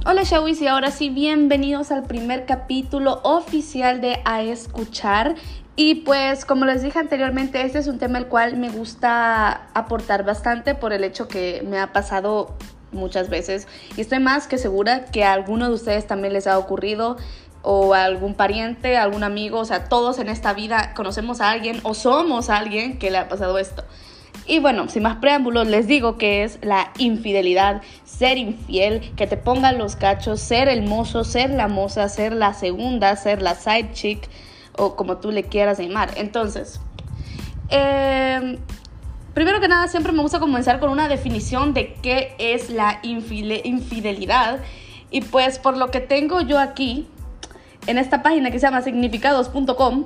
Hola Shawis, y ahora sí, bienvenidos al primer capítulo oficial de A Escuchar. Y pues como les dije anteriormente, este es un tema el cual me gusta aportar bastante por el hecho que me ha pasado muchas veces. Y estoy más que segura que a alguno de ustedes también les ha ocurrido, o a algún pariente, a algún amigo. O sea, todos en esta vida conocemos a alguien o somos alguien que le ha pasado esto. Y bueno, sin más preámbulos, les digo que es la infidelidad, ser infiel, que te pongan los cachos, ser el mozo, ser la moza, ser la segunda, ser la side chick, o como tú le quieras llamar. Entonces, primero que nada, siempre me gusta comenzar con una definición de qué es la infidelidad. Y pues por lo que tengo yo aquí, en esta página que se llama significados.com,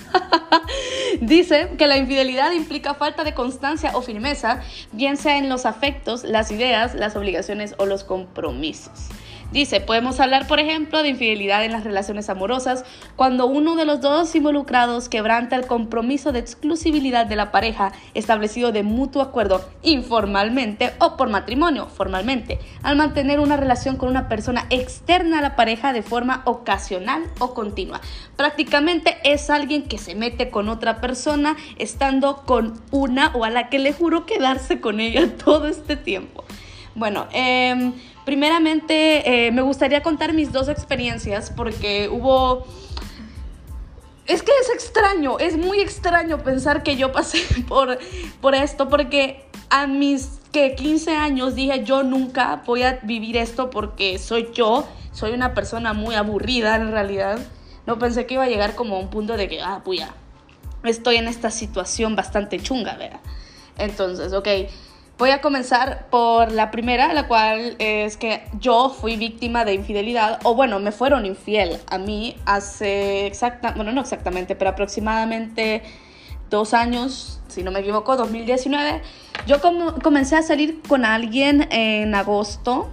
dice que la infidelidad implica falta de constancia o firmeza, bien sea en los afectos, las ideas, las obligaciones o los compromisos. Dice, podemos hablar, por ejemplo, de infidelidad en las relaciones amorosas, cuando uno de los dos involucrados quebranta el compromiso de exclusividad de la pareja establecido de mutuo acuerdo informalmente o por matrimonio formalmente, al mantener una relación con una persona externa a la pareja de forma ocasional o continua. Prácticamente es alguien que se mete con otra persona estando con una o a la que le juró quedarse con ella todo este tiempo. Bueno, primeramente me gustaría contar mis dos experiencias porque es que es extraño, es muy extraño pensar que yo pasé por esto, porque a mis 15 años dije, yo nunca voy a vivir esto porque soy una persona muy aburrida en realidad. No pensé que iba a llegar como a un punto de que, puya, estoy en esta situación bastante chunga, ¿verdad? Entonces, ok. Voy a comenzar por la primera, la cual es que yo fui víctima de infidelidad, o bueno, me fueron infiel a mí hace no exactamente, pero aproximadamente 2 años, si no me equivoco, 2019. Yo comencé a salir con alguien en agosto,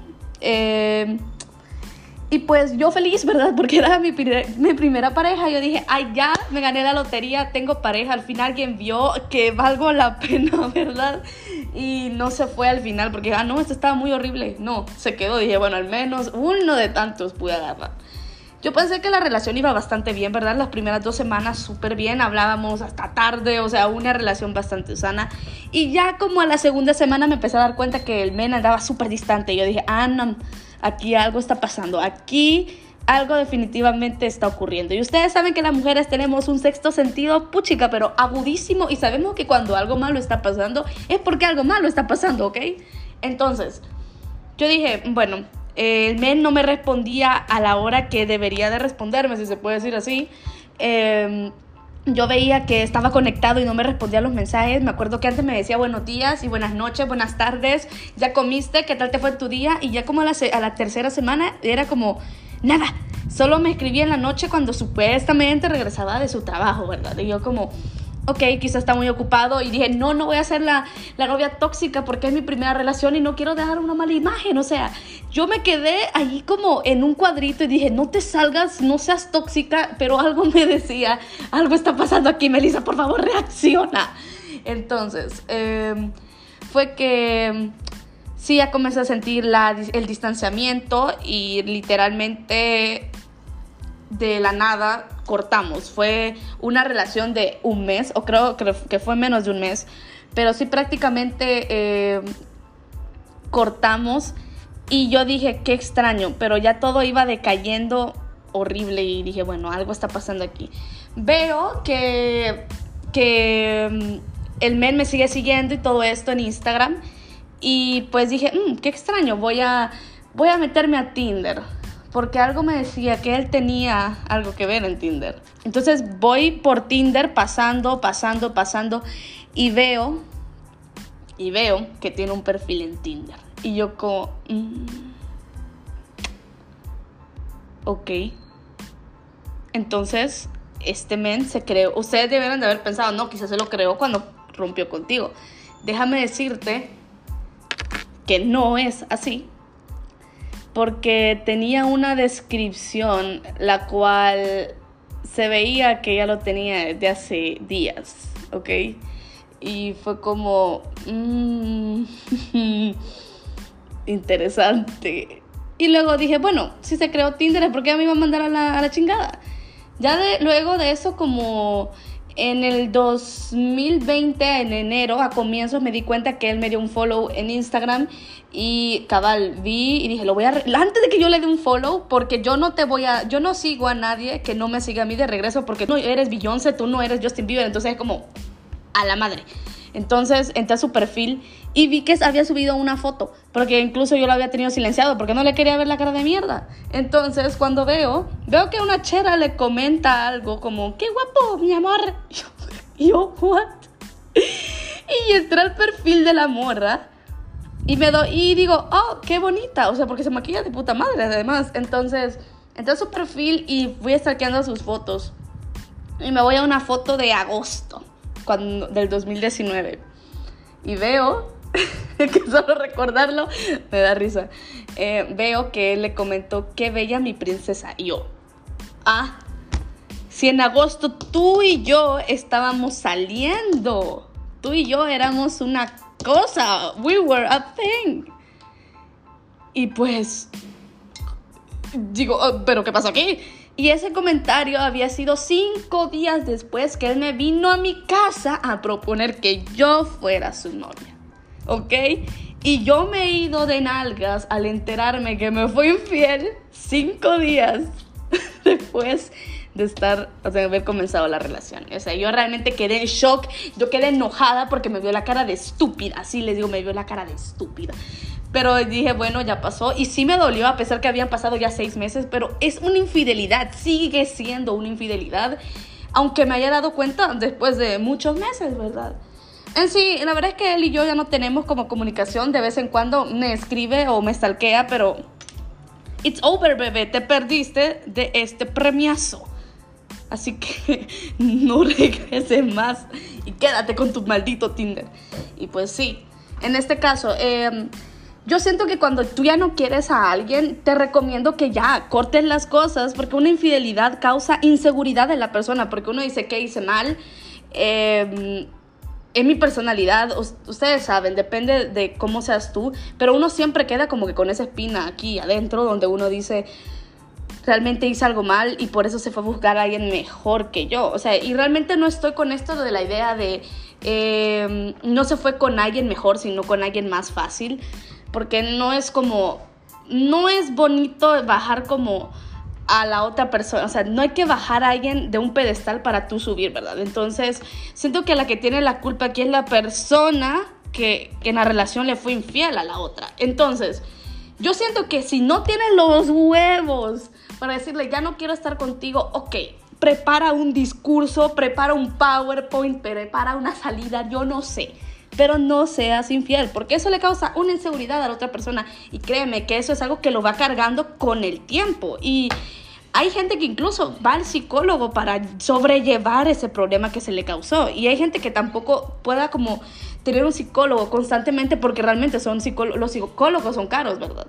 y pues yo feliz, ¿verdad? Porque era mi primera pareja. Yo dije, ya me gané la lotería, tengo pareja. Al final alguien vio que valgo la pena, ¿verdad? Y no se fue al final porque, no, esto estaba muy horrible. No, se quedó. Dije, bueno, al menos uno de tantos pude agarrar. Yo pensé que la relación iba bastante bien, ¿verdad? Las primeras 2 semanas súper bien, hablábamos hasta tarde, o sea, una relación bastante sana. Y ya como a la segunda semana me empecé a dar cuenta que el men andaba súper distante. Y yo dije, no, aquí algo está pasando, aquí algo definitivamente está ocurriendo. Y ustedes saben que las mujeres tenemos un sexto sentido, puchica, pero agudísimo, y sabemos que cuando algo malo está pasando es porque algo malo está pasando, ¿ok? Entonces, yo dije, bueno, el men no me respondía a la hora que debería de responderme, si se puede decir así. Yo veía que estaba conectado y no me respondía a los mensajes. Me acuerdo que antes me decía buenos días y buenas noches, buenas tardes, ya comiste, ¿qué tal te fue en tu día? Y ya como a la tercera semana era como nada, solo me escribía en la noche cuando supuestamente regresaba de su trabajo, ¿verdad? Y yo como, ok, quizás está muy ocupado. Y dije, no voy a ser la novia tóxica porque es mi primera relación y no quiero dejar una mala imagen. O sea, yo me quedé ahí como en un cuadrito y dije, no te salgas, no seas tóxica. Pero algo me decía, algo está pasando aquí, Melissa, por favor, reacciona. Entonces, fue que sí, ya comencé a sentir el distanciamiento y literalmente de la nada cortamos. Fue una relación de un mes, o creo que fue menos de un mes, pero sí prácticamente cortamos. Y yo dije, qué extraño, pero ya todo iba decayendo horrible y dije, bueno, algo está pasando aquí. Veo que el men me sigue siguiendo y todo esto en Instagram, y pues dije, qué extraño, voy a meterme a Tinder, porque algo me decía que él tenía algo que ver en Tinder. Entonces voy por Tinder pasando y veo que tiene un perfil en Tinder. Y yo como, ok. Entonces este men se creó. Ustedes debieron de haber pensado, no, quizás se lo creó cuando rompió contigo. Déjame decirte que no es así, porque tenía una descripción la cual se veía que ya lo tenía desde hace días, ¿ok? Y fue como interesante. Y luego dije, bueno, si se creó Tinder, ¿por qué me iba a mandar a la chingada? Luego de eso, como en el 2020, en enero, a comienzos, me di cuenta que él me dio un follow en Instagram. Y cabal, vi y dije, antes de que yo le dé un follow, porque yo no sigo a nadie que no me siga a mí de regreso, porque no eres Beyoncé, tú no eres Justin Bieber, entonces es como a la madre. Entonces entré a su perfil y vi que había subido una foto, porque incluso yo lo había tenido silenciado porque no le quería ver la cara de mierda. Entonces cuando veo que una chera le comenta algo como, qué guapo, mi amor. Y yo, what? Y entré al perfil de la morra y digo, oh, qué bonita, o sea, porque se maquilla de puta madre además. Entonces entré a su perfil y fui stalkeando sus fotos y me voy a una foto de agosto del 2019 y veo que solo recordarlo me da risa. Veo que él le comentó, qué bella mi princesa. Y yo, si en agosto tú y yo estábamos saliendo, tú y yo éramos una cosa, we were a thing. Y pues digo, ¿pero qué pasó aquí? Y ese comentario había sido 5 días después que él me vino a mi casa a proponer que yo fuera su novia, ¿ok? Y yo me he ido de nalgas al enterarme que me fue infiel 5 días después de haber comenzado la relación. O sea, yo realmente quedé en shock, yo quedé enojada porque me vio la cara de estúpida, así les digo, me vio la cara de estúpida. Pero dije, bueno, ya pasó. Y sí me dolió, a pesar que habían pasado ya 6 meses. Pero es una infidelidad, sigue siendo una infidelidad. Aunque me haya dado cuenta después de muchos meses, ¿verdad? En sí, la verdad es que él y yo ya no tenemos como comunicación. De vez en cuando me escribe o me stalkea, pero it's over, bebé, te perdiste de este premiazo. Así que no regreses más y quédate con tu maldito Tinder. Y pues sí, en este caso, yo siento que cuando tú ya no quieres a alguien, te recomiendo que ya cortes las cosas, porque una infidelidad causa inseguridad en la persona, porque uno dice, ¿qué hice mal? En mi personalidad, ustedes saben, depende de cómo seas tú, pero uno siempre queda como que con esa espina aquí adentro, donde uno dice, realmente hice algo mal y por eso se fue a buscar a alguien mejor que yo. O sea, y realmente no estoy con esto de la idea de no se fue con alguien mejor, sino con alguien más fácil, porque no es bonito bajar como a la otra persona. O sea, no hay que bajar a alguien de un pedestal para tú subir, ¿verdad? Entonces, siento que la que tiene la culpa aquí es la persona que en la relación le fue infiel a la otra. Entonces, yo siento que si no tienes los huevos para decirle, ya no quiero estar contigo, ok, prepara un discurso, prepara un PowerPoint, prepara una salida, yo no sé. Pero no seas infiel, porque eso le causa una inseguridad a la otra persona. Y créeme que eso es algo que lo va cargando con el tiempo. Y hay gente que incluso va al psicólogo para sobrellevar ese problema que se le causó. Y hay gente que tampoco pueda como tener un psicólogo constantemente, porque realmente los psicólogos son caros, ¿verdad?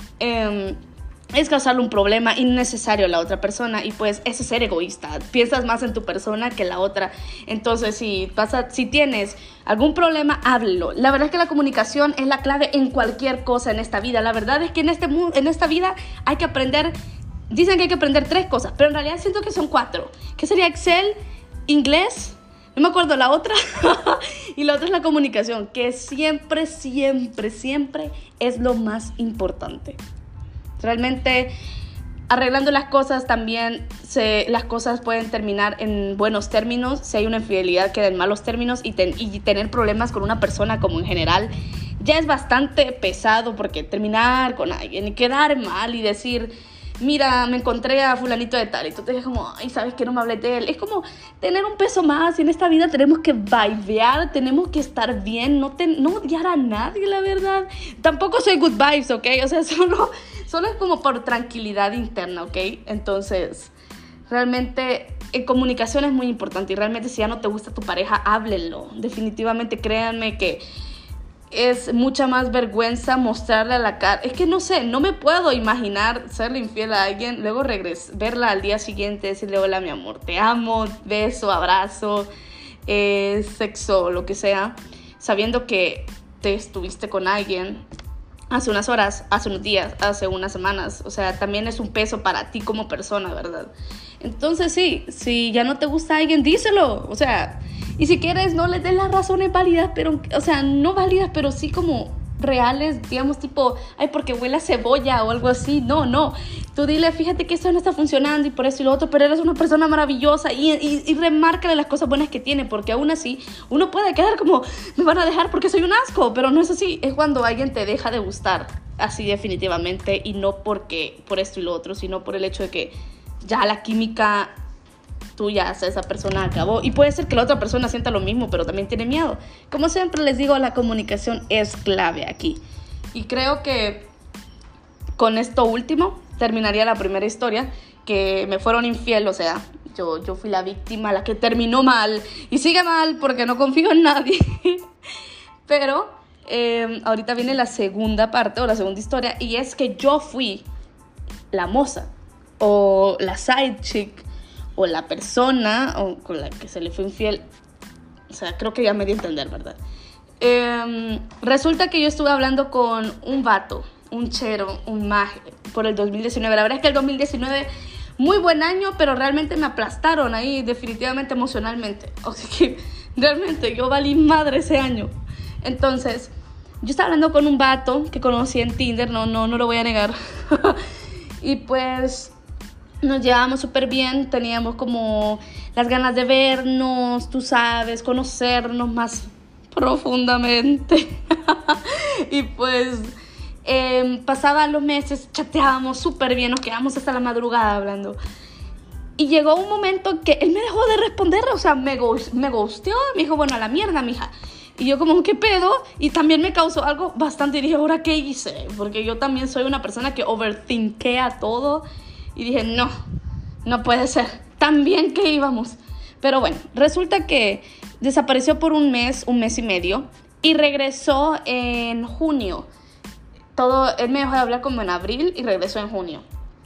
Es causarle un problema innecesario a la otra persona, y pues eso es ser egoísta. Piensas más en tu persona que en la otra. Entonces si tienes algún problema, háblalo. La verdad es que la comunicación es la clave en cualquier cosa en esta vida. La verdad es que en esta vida hay que aprender, dicen que hay que aprender 3 cosas, pero en realidad siento que son 4. ¿Qué sería? Excel, inglés, no me acuerdo la otra. Y la otra es la comunicación, que siempre, siempre, siempre es lo más importante. Realmente, arreglando las cosas también, las cosas pueden terminar en buenos términos. Si hay una infidelidad, queda en malos términos, y tener problemas con una persona como en general ya es bastante pesado, porque terminar con alguien y quedar mal y decir, mira, me encontré a fulanito de tal, y tú te dices como, ay, ¿sabes qué? No me hablé de él. Es como tener un peso más, y en esta vida tenemos que vibear, tenemos que estar bien, no odiar a nadie, la verdad. Tampoco soy good vibes, ¿ok? O sea, solo es como por tranquilidad interna, ¿ok? Entonces, realmente comunicación es muy importante, y realmente si ya no te gusta tu pareja, háblenlo. Definitivamente, créanme que es mucha más vergüenza mostrarle a la cara. Es que no sé, no me puedo imaginar serle infiel a alguien, luego verla al día siguiente, decirle, hola mi amor, te amo, beso, abrazo, sexo, lo que sea, sabiendo que te estuviste con alguien. hace unas horas, hace unos días, hace unas semanas. O sea, también es un peso para ti como persona, ¿verdad? Entonces sí, si ya no te gusta alguien, díselo. O sea, y si quieres, no le des las razones válidas, pero, o sea, no válidas, pero sí como reales, digamos, tipo, ay, porque huele a cebolla o algo así. No. Tú dile, fíjate que esto no está funcionando y por eso y lo otro, pero eres una persona maravillosa y remárcale las cosas buenas que tiene, porque aún así uno puede quedar como, me van a dejar porque soy un asco, pero no es así. Es cuando alguien te deja de gustar, así definitivamente, y no porque por esto y lo otro, sino por el hecho de que ya la química tuya hacia esa persona acabó. Y puede ser que la otra persona sienta lo mismo, pero también tiene miedo. Como siempre les digo, la comunicación es clave aquí. Y creo que con esto último terminaría la primera historia, que me fueron infiel. O sea, yo fui la víctima, la que terminó mal. Y sigue mal porque no confío en nadie. Pero ahorita viene la segunda parte o la segunda historia. Y es que yo fui la moza o la side chick o la persona o con la que se le fue infiel. O sea, creo que ya me di a entender, ¿verdad? Resulta que yo estuve hablando con un vato, un chero, un maje, por el 2019. La verdad es que el 2019, muy buen año, pero realmente me aplastaron ahí definitivamente emocionalmente. O sea que realmente yo valí madre ese año. Entonces, yo estaba hablando con un vato que conocí en Tinder, no lo voy a negar. Y pues nos llevábamos súper bien, teníamos como las ganas de vernos, tú sabes, conocernos más profundamente. Y pues pasaban los meses, chateábamos súper bien, nos quedamos hasta la madrugada hablando. Y llegó un momento que él me dejó de responder, o sea, me ghosteó, me dijo, bueno, a la mierda, mija. Y yo como, ¿qué pedo? Y también me causó algo bastante, y dije, ¿ahora qué hice? Porque yo también soy una persona que overthinkea todo. Y dije, no puede ser, tan bien que íbamos. Pero bueno, resulta que desapareció por un mes y medio. Y regresó en junio. Él me dejó de hablar como en abril y regresó en junio.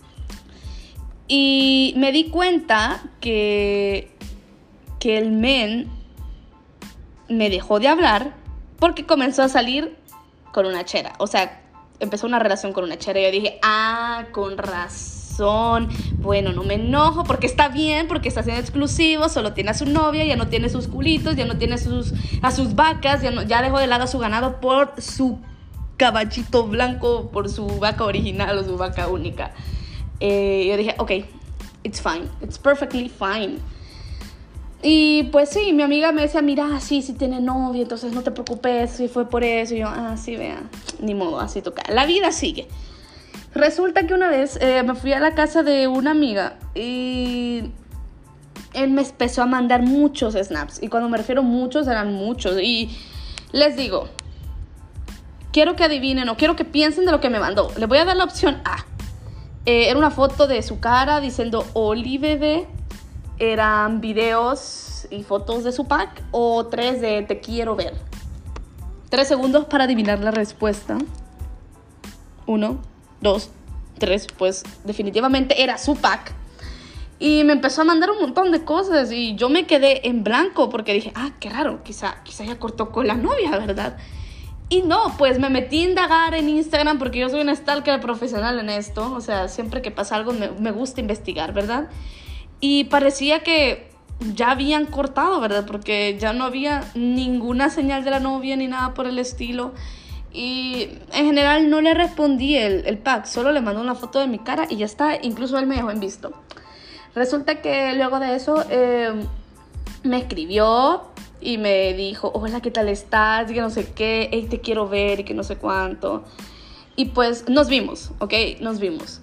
Y me di cuenta que el men me dejó de hablar porque comenzó a salir con una chera. O sea, empezó una relación con una chera. Y yo dije, con razón. Bueno, no me enojo porque está bien, porque está siendo exclusivo. Solo tiene a su novia, ya no tiene sus culitos, ya no tiene a sus vacas, ya dejó de lado a su ganado por su caballito blanco, por su vaca original o su vaca única. Yo dije, ok, it's fine, it's perfectly fine. Y pues sí, mi amiga me decía, mira, sí tiene novio, entonces no te preocupes, si fue por eso. Y yo, sí, vea, ni modo, así toca. La vida sigue. Resulta que una vez me fui a la casa de una amiga y él me empezó a mandar muchos snaps. Y cuando me refiero a muchos, eran muchos. Y les digo, quiero que adivinen o quiero que piensen de lo que me mandó. Les voy a dar la opción A. Era una foto de su cara diciendo, Oli, bebé. Eran videos y fotos de su pack. O 3 de te quiero ver. 3 segundos para adivinar la respuesta. 1, 2, 3. Pues definitivamente era su pack. Y me empezó a mandar un montón de cosas. Y yo me quedé en blanco porque dije, qué raro, quizá ya cortó con la novia, ¿verdad? Y no, pues me metí a indagar en Instagram porque yo soy una stalker profesional en esto. O sea, siempre que pasa algo me gusta investigar, ¿verdad? Y parecía que ya habían cortado, ¿verdad? Porque ya no había ninguna señal de la novia ni nada por el estilo. Y en general no le respondí el pack, solo le mandé una foto de mi cara y ya está. Incluso él me dejó en visto. Resulta que luego de eso me escribió y me dijo, hola, ¿qué tal estás? Y que no sé qué, hey, te quiero ver y que no sé cuánto. Y pues nos vimos, ¿ok? Nos vimos.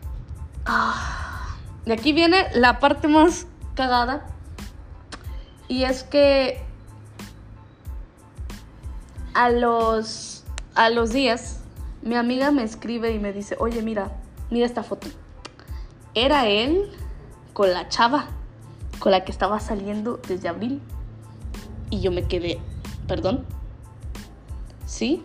De aquí viene la parte más cagada. Y es que a los días mi amiga me escribe y me dice, oye, mira esta foto. Era él con la chava con la que estaba saliendo desde abril. Y yo me quedé, ¿perdón? ¿Sí?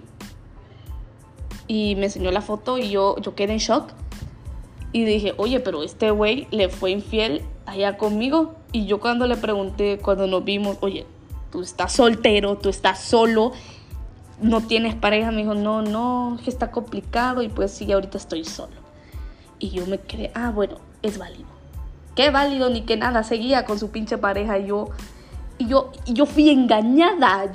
Y me enseñó la foto y yo quedé en shock. Y dije, oye, pero este güey le fue infiel allá conmigo. Y yo cuando le pregunté, cuando nos vimos, oye, tú estás soltero, tú estás solo. no tienes pareja, me dijo, no, es que está complicado y pues sí, ahorita estoy solo. Y yo me quedé, bueno, es válido. Qué válido ni que nada, seguía con su pinche pareja y yo fui engañada,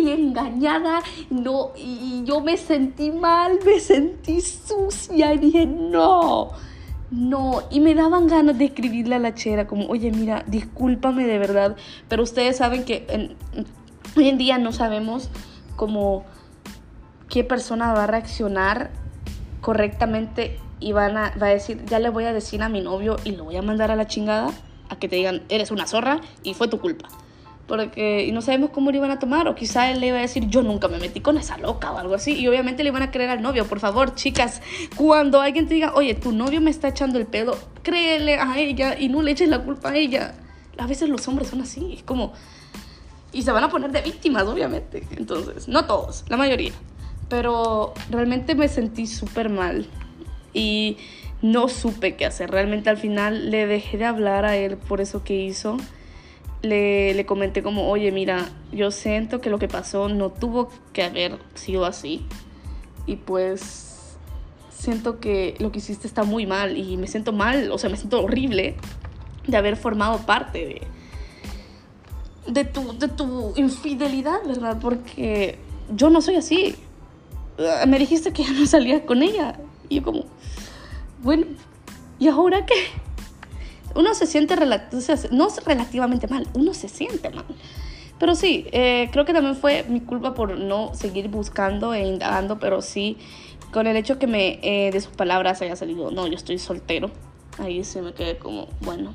no, y yo me sentí mal, me sentí sucia y dije, no, y me daban ganas de escribirle a la chera como, oye, mira, discúlpame de verdad, pero ustedes saben que hoy en día no sabemos cómo qué persona va a reaccionar correctamente y va a decir, ya le voy a decir a mi novio y lo voy a mandar a la chingada, a que te digan, eres una zorra y fue tu culpa. Porque no sabemos cómo lo iban a tomar, o quizá él le iba a decir, yo nunca me metí con esa loca o algo así, y obviamente le iban a creer al novio. Por favor, chicas, cuando alguien te diga, oye, tu novio me está echando el pedo, créele a ella y no le eches la culpa a ella. A veces los hombres son así, es como, y se van a poner de víctimas, obviamente. Entonces, no todos, la mayoría, pero realmente me sentí súper mal y no supe qué hacer. Realmente al final le dejé de hablar a él por eso que hizo. Le comenté como, oye, mira, yo siento que lo que pasó no tuvo que haber sido así. Y pues siento que lo que hiciste está muy mal y me siento mal, o sea, me siento horrible de haber formado parte de tu infidelidad, ¿verdad? Porque yo no soy así. Me dijiste que ya no salías con ella. Y yo como, bueno, ¿y ahora qué? Uno se siente no relativamente mal, uno se siente mal. Pero sí, creo que también fue mi culpa por no seguir buscando e indagando, pero sí, con el hecho que de sus palabras haya salido, no, yo estoy soltero, ahí sí me quedé como, bueno,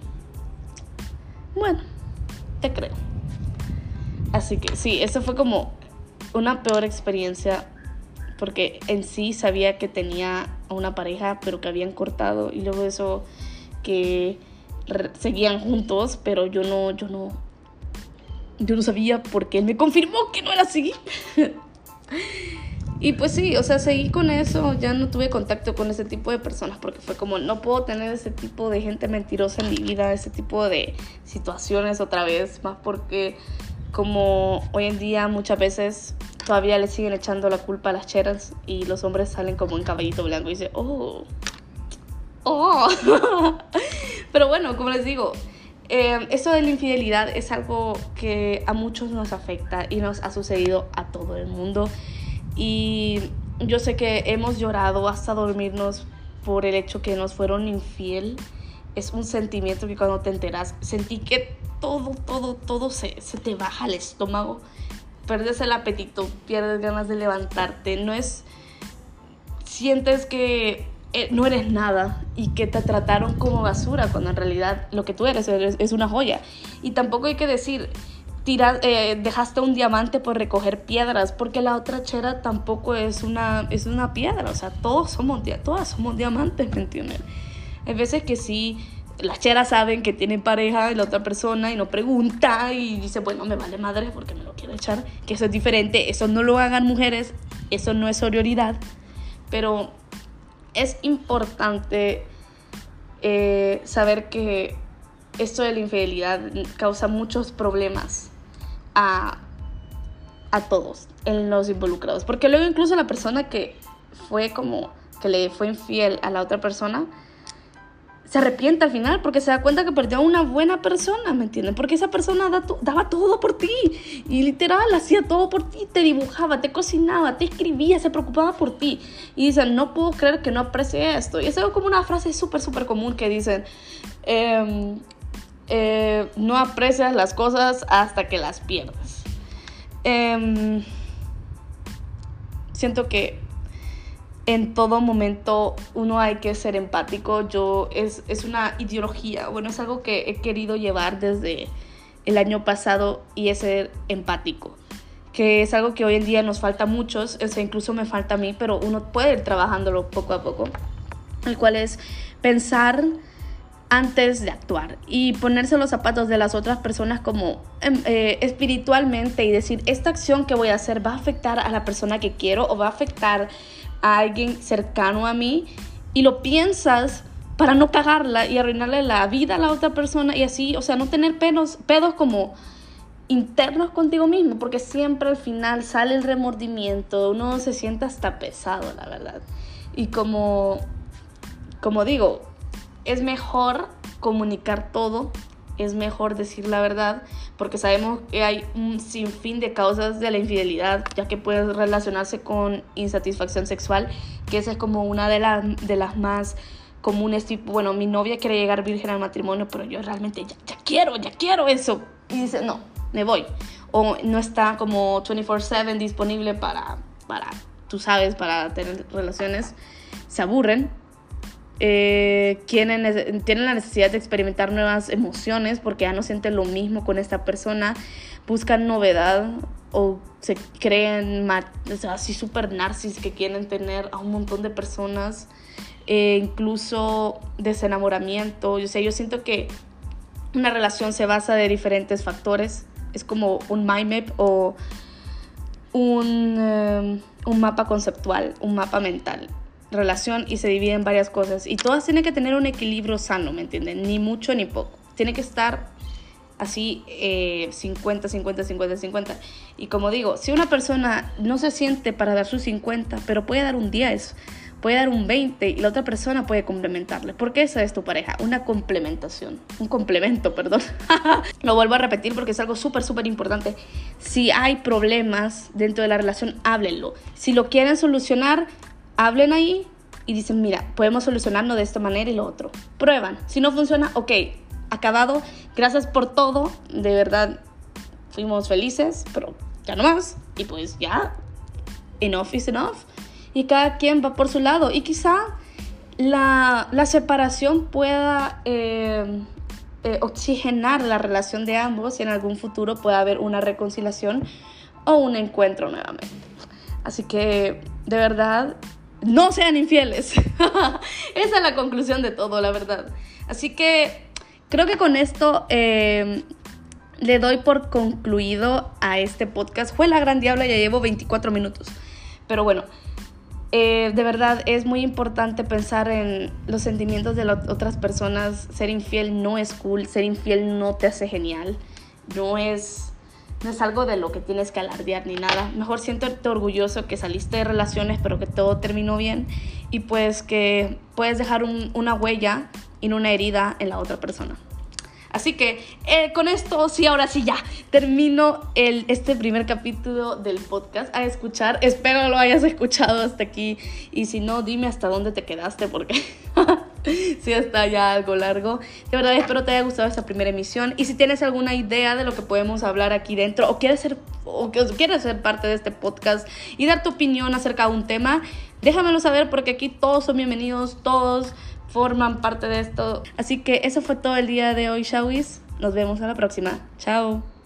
te creo. Así que sí, eso fue como una peor experiencia, porque en sí sabía que tenía una pareja, pero que habían cortado, y luego de eso que seguían juntos, pero yo no sabía porque él me confirmó que no era así. Y pues sí, o sea, seguí con eso, ya no tuve contacto con ese tipo de personas porque fue como, no puedo tener ese tipo de gente mentirosa en mi vida, ese tipo de situaciones otra vez, más porque como hoy en día muchas veces todavía le siguen echando la culpa a las cheras y los hombres salen como en caballito blanco y dicen, oh. Pero bueno, como les digo, esto de la infidelidad es algo que a muchos nos afecta y nos ha sucedido a todo el mundo. Y yo sé que hemos llorado hasta dormirnos por el hecho que nos fueron infiel. Es un sentimiento que cuando te enteras, sentí que todo se te baja al estómago. Pierdes el apetito, pierdes ganas de levantarte. Sientes que no eres nada y que te trataron como basura cuando en realidad lo que tú eres es una joya. Y tampoco hay que decir, dejaste un diamante por recoger piedras, porque la otra chera tampoco es una piedra. O sea, todas somos diamantes, ¿me entienden? Hay veces que sí, las cheras saben que tienen pareja y la otra persona y no pregunta y dice, bueno, me vale madre porque me lo quiero echar, que eso es diferente. Eso no lo hagan mujeres, eso no es sororidad, pero es importante saber que esto de la infidelidad causa muchos problemas a todos en los involucrados, porque luego incluso la persona que le fue infiel a la otra persona se arrepiente al final porque se da cuenta que perdió a una buena persona, ¿me entienden? Porque esa persona daba todo por ti y literal hacía todo por ti, te dibujaba, te cocinaba, te escribía, se preocupaba por ti. Y dicen, no puedo creer que no aprecie esto. Y es algo como una frase súper común que dicen, no aprecias las cosas hasta que las pierdes. Siento que en todo momento uno hay que ser empático. Es una ideología, bueno, es algo que he querido llevar desde el año pasado y es ser empático, que es algo que hoy en día nos falta a muchos, o sea, incluso me falta a mí, pero uno puede ir trabajándolo poco a poco, el cual es pensar antes de actuar y ponerse los zapatos de las otras personas como espiritualmente y decir, esta acción que voy a hacer va a afectar a la persona que quiero o va a afectar a alguien cercano a mí, y lo piensas para no cagarla y arruinarle la vida a la otra persona y así, o sea, no tener pedos como internos contigo mismo, porque siempre al final sale el remordimiento, uno se siente hasta pesado, la verdad. Y como digo, es mejor comunicar todo, es mejor decir la verdad, porque sabemos que hay un sinfín de causas de la infidelidad, ya que puede relacionarse con insatisfacción sexual, que esa es como una de las más comunes, tipo, bueno, mi novia quiere llegar virgen al matrimonio, pero yo realmente ya quiero eso. Y dice, no, me voy. O no está como 24/7 disponible para tú sabes, para tener relaciones. Se aburren. Tienen la necesidad de experimentar nuevas emociones porque ya no sienten lo mismo con esta persona, buscan novedad o se creen así súper narcis que quieren tener a un montón de personas, incluso desenamoramiento. Yo siento que una relación se basa de diferentes factores, es como un mind map o un mapa conceptual, un mapa mental. Relación, y se divide en varias cosas y todas tienen que tener un equilibrio sano, ¿me entienden? Ni mucho ni poco, tiene que estar así 50, 50, 50, 50. Y como digo, si una persona no se siente para dar sus 50, pero puede dar un 10, puede dar un 20 y la otra persona puede complementarle, porque esa es tu pareja, una complementación, un complemento, perdón. Lo vuelvo a repetir porque es algo súper importante. Si hay problemas dentro de la relación, háblenlo. Si lo quieren solucionar, hablen ahí y dicen, mira, podemos solucionarlo de esta manera y lo otro. Prueban. Si no funciona, ok, acabado. Gracias por todo. De verdad, fuimos felices, pero ya no más. Y pues ya, enough is enough. Y cada quien va por su lado. Y quizá la separación pueda oxigenar la relación de ambos y en algún futuro pueda haber una reconciliación o un encuentro nuevamente. Así que, de verdad, no sean infieles. Esa es la conclusión de todo, la verdad. Así que creo que con esto le doy por concluido a este podcast. Fue la gran diabla, ya llevo 24 minutos. Pero bueno, de verdad es muy importante pensar en los sentimientos de las otras personas. Ser infiel no es cool, ser infiel no te hace genial. No es algo de lo que tienes que alardear ni nada. Mejor siéntete orgulloso que saliste de relaciones, pero que todo terminó bien y pues que puedes dejar una huella y no una herida en la otra persona. Así que con esto, sí, ahora sí ya termino este primer capítulo del podcast a escuchar. Espero lo hayas escuchado hasta aquí y si no, dime hasta dónde te quedaste porque sí está ya algo largo. De verdad espero te haya gustado esta primera emisión y si tienes alguna idea de lo que podemos hablar aquí dentro o quieres ser parte de este podcast y dar tu opinión acerca de un tema, déjamelo saber porque aquí todos son bienvenidos, todos forman parte de esto. Así que eso fue todo el día de hoy, Shawis. Nos vemos a la próxima. Chao.